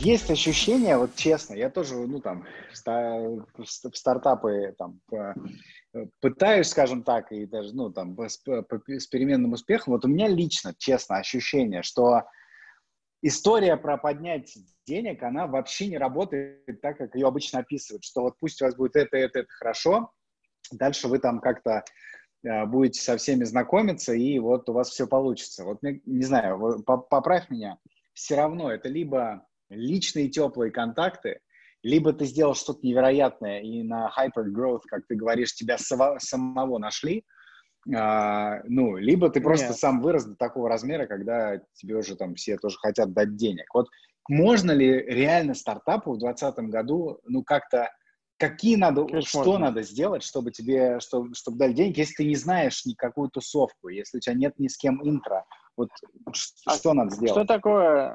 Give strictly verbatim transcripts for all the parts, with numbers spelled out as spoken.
Есть ощущение, вот честно, я тоже, ну, там, в, ста- в стартапы, там, по- пытаюсь, скажем так, и даже, ну, там, с, по- с переменным успехом. Вот у меня лично, честно, ощущение, что история про поднять денег, она вообще не работает так, как ее обычно описывают, что вот пусть у вас будет это, это, это хорошо, дальше вы там как-то э, будете со всеми знакомиться, и вот у вас все получится. Вот, мне- не знаю, вот по- поправь меня, все равно это либо личные теплые контакты, либо ты сделал что-то невероятное, и на hyper-growth, как ты говоришь, тебя сова- самого нашли, а, ну, либо ты просто Нет. сам вырос до такого размера, когда тебе уже там все тоже хотят дать денег. Вот можно ли реально стартапу в двадцатом году, ну, как-то, какие надо, Конечно, что можно. надо сделать, чтобы тебе, чтобы, чтобы дали денег, если ты не знаешь никакую тусовку, если у тебя нет ни с кем интро, вот ш- А что надо что сделать? такое?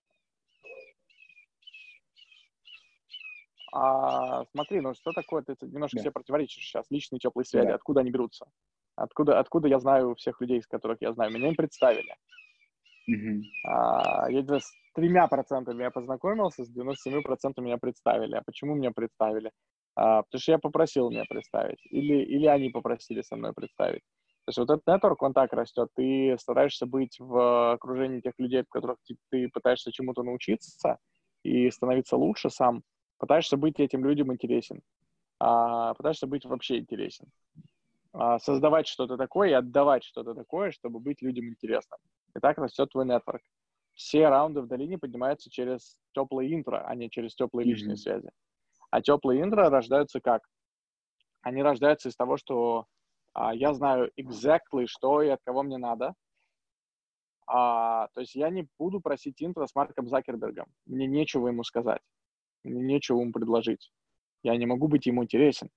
А, смотри, ну что такое? Ты немножко Да, себе противоречишь сейчас. Личные теплые связи. да. Откуда они берутся? Откуда, откуда я знаю всех людей, с которых я знаю? Меня им представили. Мгм. А, я с тремя процентами я познакомился, с девяносто семь процентов меня представили. А почему меня представили? А, потому что я попросил меня представить. Или, или они попросили со мной представить. То есть вот этот network, он так растет. Ты стараешься быть в окружении тех людей, в которых ты, ты пытаешься чему-то научиться и становиться лучше сам. Пытаешься быть этим людям интересен. А, пытаешься быть вообще интересен. А, создавать что-то такое и отдавать что-то такое, чтобы быть людям интересным. И так растет твой нетворк. Все раунды в долине поднимаются через теплые интро, а не через теплые личные Мгм. связи. А теплые интро рождаются как? Они рождаются из того, что а, я знаю exactly, что и от кого мне надо. А, то есть я не буду просить интро с Марком Закербергом. Мне нечего ему сказать. Мне нечего ему предложить. Я не могу быть ему интересен.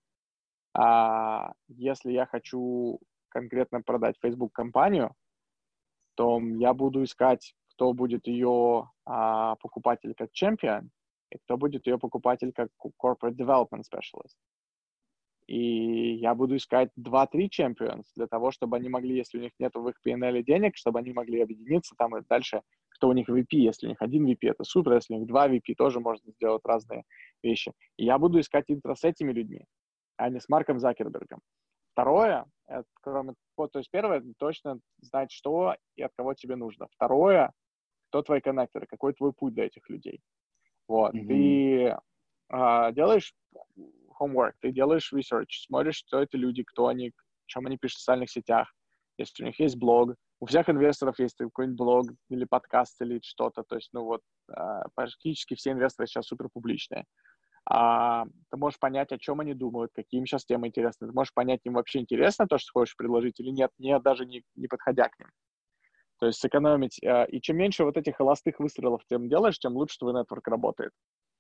А если я хочу конкретно продать Facebook компанию, то я буду искать, кто будет ее а, покупатель как чемпион, и кто будет ее покупатель как corporate development specialist. И я буду искать два-три чемпиона для того, чтобы они могли, если у них нет в их пи эн эл денег, чтобы они могли объединиться там и дальше, кто у них ви пи. Если у них один ви пи, это супер, если у них два ви пи, тоже можно сделать разные вещи. И я буду искать интро с этими людьми, а не с Марком Закербергом. Второе, это, кроме, вот, то есть первое, точно знать, что и от кого тебе нужно. Второе, кто твои коннекторы, какой твой путь до этих людей. Вот, Мгм. ты а, делаешь homework, ты делаешь research, смотришь, что это люди, кто они, чем они пишут в социальных сетях, если у них есть блог. У всех инвесторов есть какой-нибудь блог или подкаст или что-то. То есть, ну вот, а, практически все инвесторы сейчас супер публичные. А, ты можешь понять, о чем они думают, какие им сейчас темы интересны. Ты можешь понять, им вообще интересно то, что хочешь предложить, или нет, не, даже не, не подходя к ним. То есть сэкономить. А, и чем меньше вот этих холостых выстрелов ты им делаешь, тем лучше твой нетворк работает.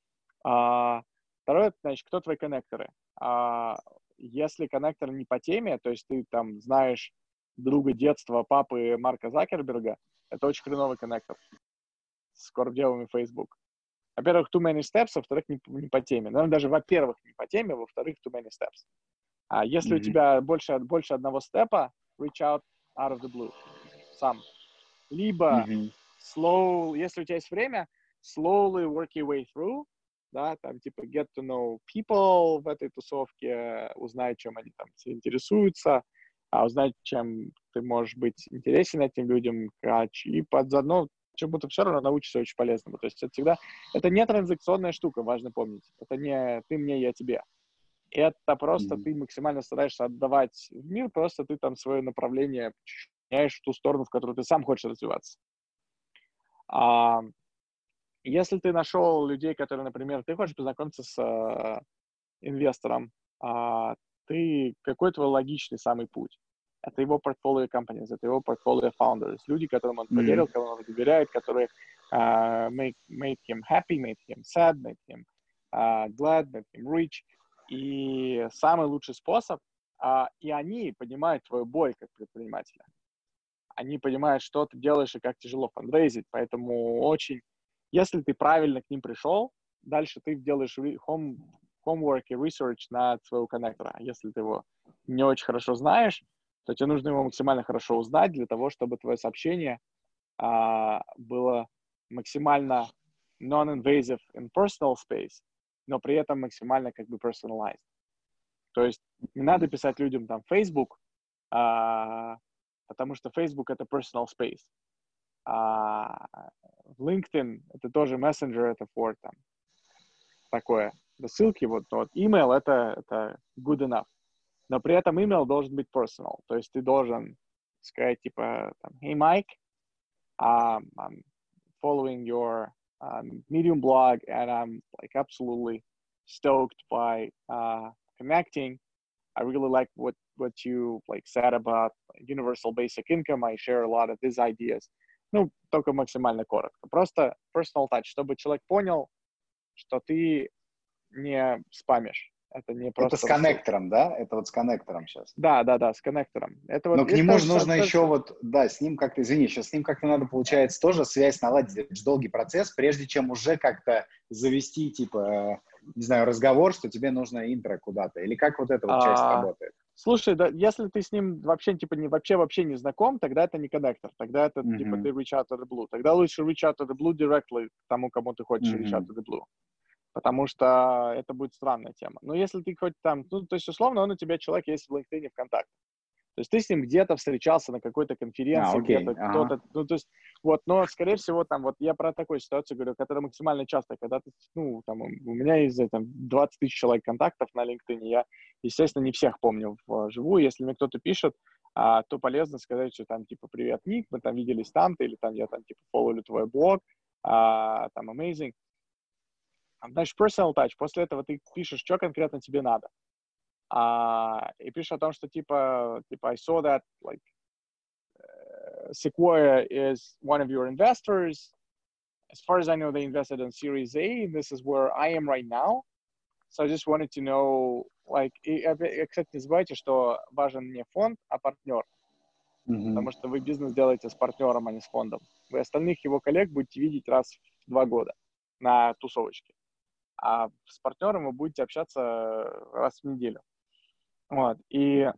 А, второе, значит, кто твои коннекторы? А, если коннектор не по теме, то есть ты там знаешь друга детства, папы Марка Закерберга, это очень хреновый коннектор с корпдевами Facebook. Во-первых, too many steps, во-вторых, не, не по теме. Наверное, даже, во-первых, не по теме, во-вторых, too many steps. А если у Мгм. тебя больше, больше одного степа, reach out out of the blue, сам. Либо Мгм. slow, если у тебя есть время, slowly work your way through, да, там типа get to know people в этой тусовке, узнать, чем они там все интересуются, а узнать, чем ты можешь быть интересен этим людям, и под заодно чему-то все равно научишься очень полезному. То есть это всегда, это не транзакционная штука, важно помнить. Это не ты мне, я тебе. Это просто Мгм. ты максимально стараешься отдавать в мир, просто ты там свое направление меняешь в ту сторону, в которую ты сам хочешь развиваться. А если ты нашел людей, которые, например, ты хочешь познакомиться с э, инвестором, а, ты, какой твой логичный самый путь? Это его портфолио companies, это его портфолио founders, люди, которым он Мгм. поверил, которым он доверяет, которые uh, make, make him happy, make him sad, make him uh, glad, make him rich. И самый лучший способ, uh, и они понимают твою боль как предпринимателя. Они понимают, что ты делаешь и как тяжело фандрейзить, поэтому очень... Если ты правильно к ним пришел, дальше ты делаешь home, homework и research на своего коннектора. Если ты его не очень хорошо знаешь, то тебе нужно его максимально хорошо узнать для того, чтобы твое сообщение а, было максимально non-invasive and personal space, но при этом максимально как бы personalized. То есть не надо писать людям там Facebook, а, потому что Facebook — это personal space. А LinkedIn — это тоже мессенджер, это for там такое. Ссылки, вот, вот email — это, это good enough. Но при этом email должен быть personal. То есть ты должен сказать типа там, hey Mike, um, I'm following your um, Medium blog and I'm like absolutely stoked by uh, connecting. I really like what what you like said about universal basic income. I share a lot of these ideas. Ну, только максимально коротко. Просто personal touch, чтобы человек понял, что ты не спамишь. Это не просто... Это с коннектором, да? Это вот с коннектором сейчас. Да, да, да, с коннектором. Это Но вот, к нему это же нужно то, еще вот, да, с ним как-то, извини, сейчас с ним как-то надо, получается, тоже связь наладить. Это же долгий процесс, прежде чем уже как-то завести, типа, не знаю, разговор, что тебе нужно интро куда-то. Или как вот эта вот часть а, работает? Слушай, да, если ты с ним вообще, типа, не, вообще, вообще не знаком, тогда это не коннектор, тогда это, mm-hmm. типа, ты reach out to the blue. Тогда лучше reach out to the blue directly к тому, кому ты хочешь mm-hmm. reach out to the blue. Потому что это будет странная тема. Но если ты хоть там, ну, то есть, условно, он у тебя человек есть в LinkedIn, ВКонтакте. То есть ты с ним где-то встречался на какой-то конференции, а, где-то ага. кто-то, ну, то есть, вот, но, скорее всего, там, вот, я про такую ситуацию говорю, которая максимально часто, когда ты, ну, там, у меня есть, там, двадцать тысяч человек контактов на LinkedIn, я, естественно, не всех помню вживую, если мне кто-то пишет, а, то полезно сказать, что там, типа, привет, Ник, мы там виделись там-то, или там, я там, типа, фолловлю твой блог, а, там, amazing. Значит, personal touch, после этого ты пишешь, что конкретно тебе надо. Uh, и пишешь о том, что типа, типа I saw that like uh, Sequoia is one of your investors. As far as I know, they invested in Series A. And this is where I am right now. So I just wanted to know, like, и, и, кстати, не забывайте, что важен не фонд, а партнер. Mm-hmm. Потому что вы бизнес делаете с партнером, а не с фондом. Вы остальных его коллег будете видеть раз в два года на тусовочке. А с партнером вы будете общаться раз в неделю. Вот, и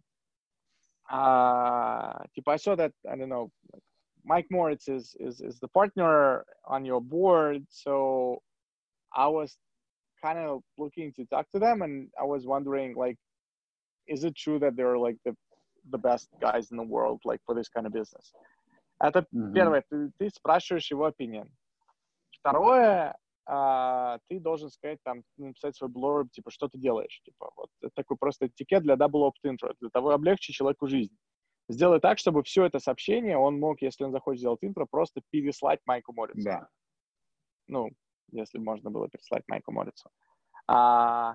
uh, типа I saw that, I don't know, Mike Moritz is, is, is the partner on your board, so I was kind of looking to talk to them, and I was wondering, like, is it true that they're, like, the, the best guys in the world, like, for this kind of business? Это mm-hmm. первое, ты, ты спрашиваешь его opinion. Второе, Uh, ты должен сказать, там, написать свой блорб, типа, что ты делаешь, типа, вот, это такой просто этикет для double opt-intro, для того, облегчить человеку жизнь. Сделай так, чтобы все это сообщение он мог, если он захочет сделать интро, просто переслать Майку Моррису. Да. Ну, если можно было переслать Майку Моррису. Uh,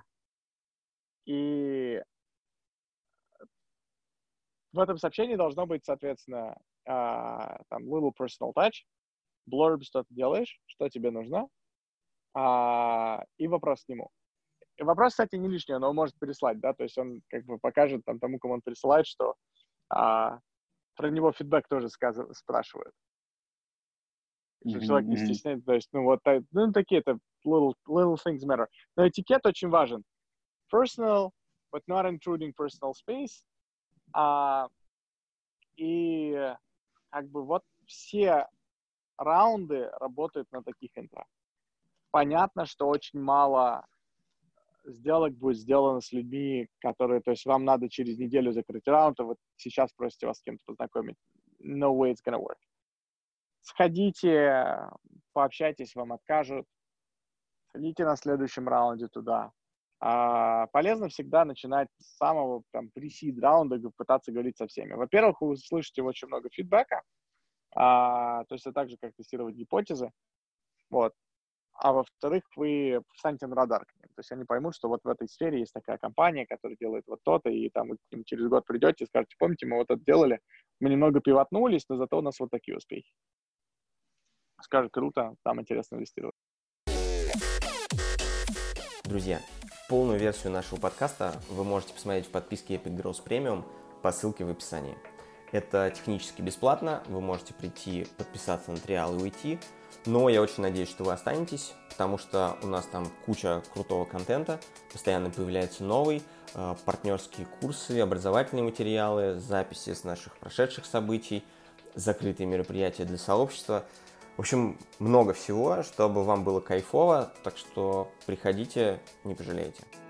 и в этом сообщении должно быть, соответственно, uh, там, little personal touch, блорб, что ты делаешь, что тебе нужно, А, и вопрос к нему. И вопрос, кстати, не лишний, но он может переслать, да, то есть он как бы покажет там, тому, кому он пересылает, что а, про него фидбэк тоже сказ... спрашивают. Mm-hmm. Человек не стесняется, то есть, ну, вот, ну, такие это little, little things matter. Но этикет очень важен. Personal, but not intruding personal space. А, и как бы вот все раунды работают на таких интро. Понятно, что очень мало сделок будет сделано с людьми, которые, то есть вам надо через неделю закрыть раунд, а вот сейчас просите вас с кем-то познакомить. No way it's gonna work. Сходите, пообщайтесь, вам откажут. Сходите на следующем раунде туда. А, полезно всегда начинать с самого там pre-seed раунда, пытаться говорить со всеми. Во-первых, вы услышите очень много фидбэка, а, то есть это так же, как тестировать гипотезы. Вот. А во-вторых, вы встанете на радар к ним. То есть они поймут, что вот в этой сфере есть такая компания, которая делает вот то-то, и там вы к ним через год придете и скажете, помните, мы вот это делали, мы немного пивотнулись, но зато у нас вот такие успехи. Скажут, круто, там интересно инвестировать. Друзья, полную версию нашего подкаста вы можете посмотреть в подписке Epic Growth Premium по ссылке в описании. Это технически бесплатно, вы можете прийти, подписаться на триал и уйти. Но я очень надеюсь, что вы останетесь, потому что у нас там куча крутого контента, постоянно появляется новый, э, партнерские курсы, образовательные материалы, записи с наших прошедших событий, закрытые мероприятия для сообщества. В общем, много всего, чтобы вам было кайфово, так что приходите, не пожалеете.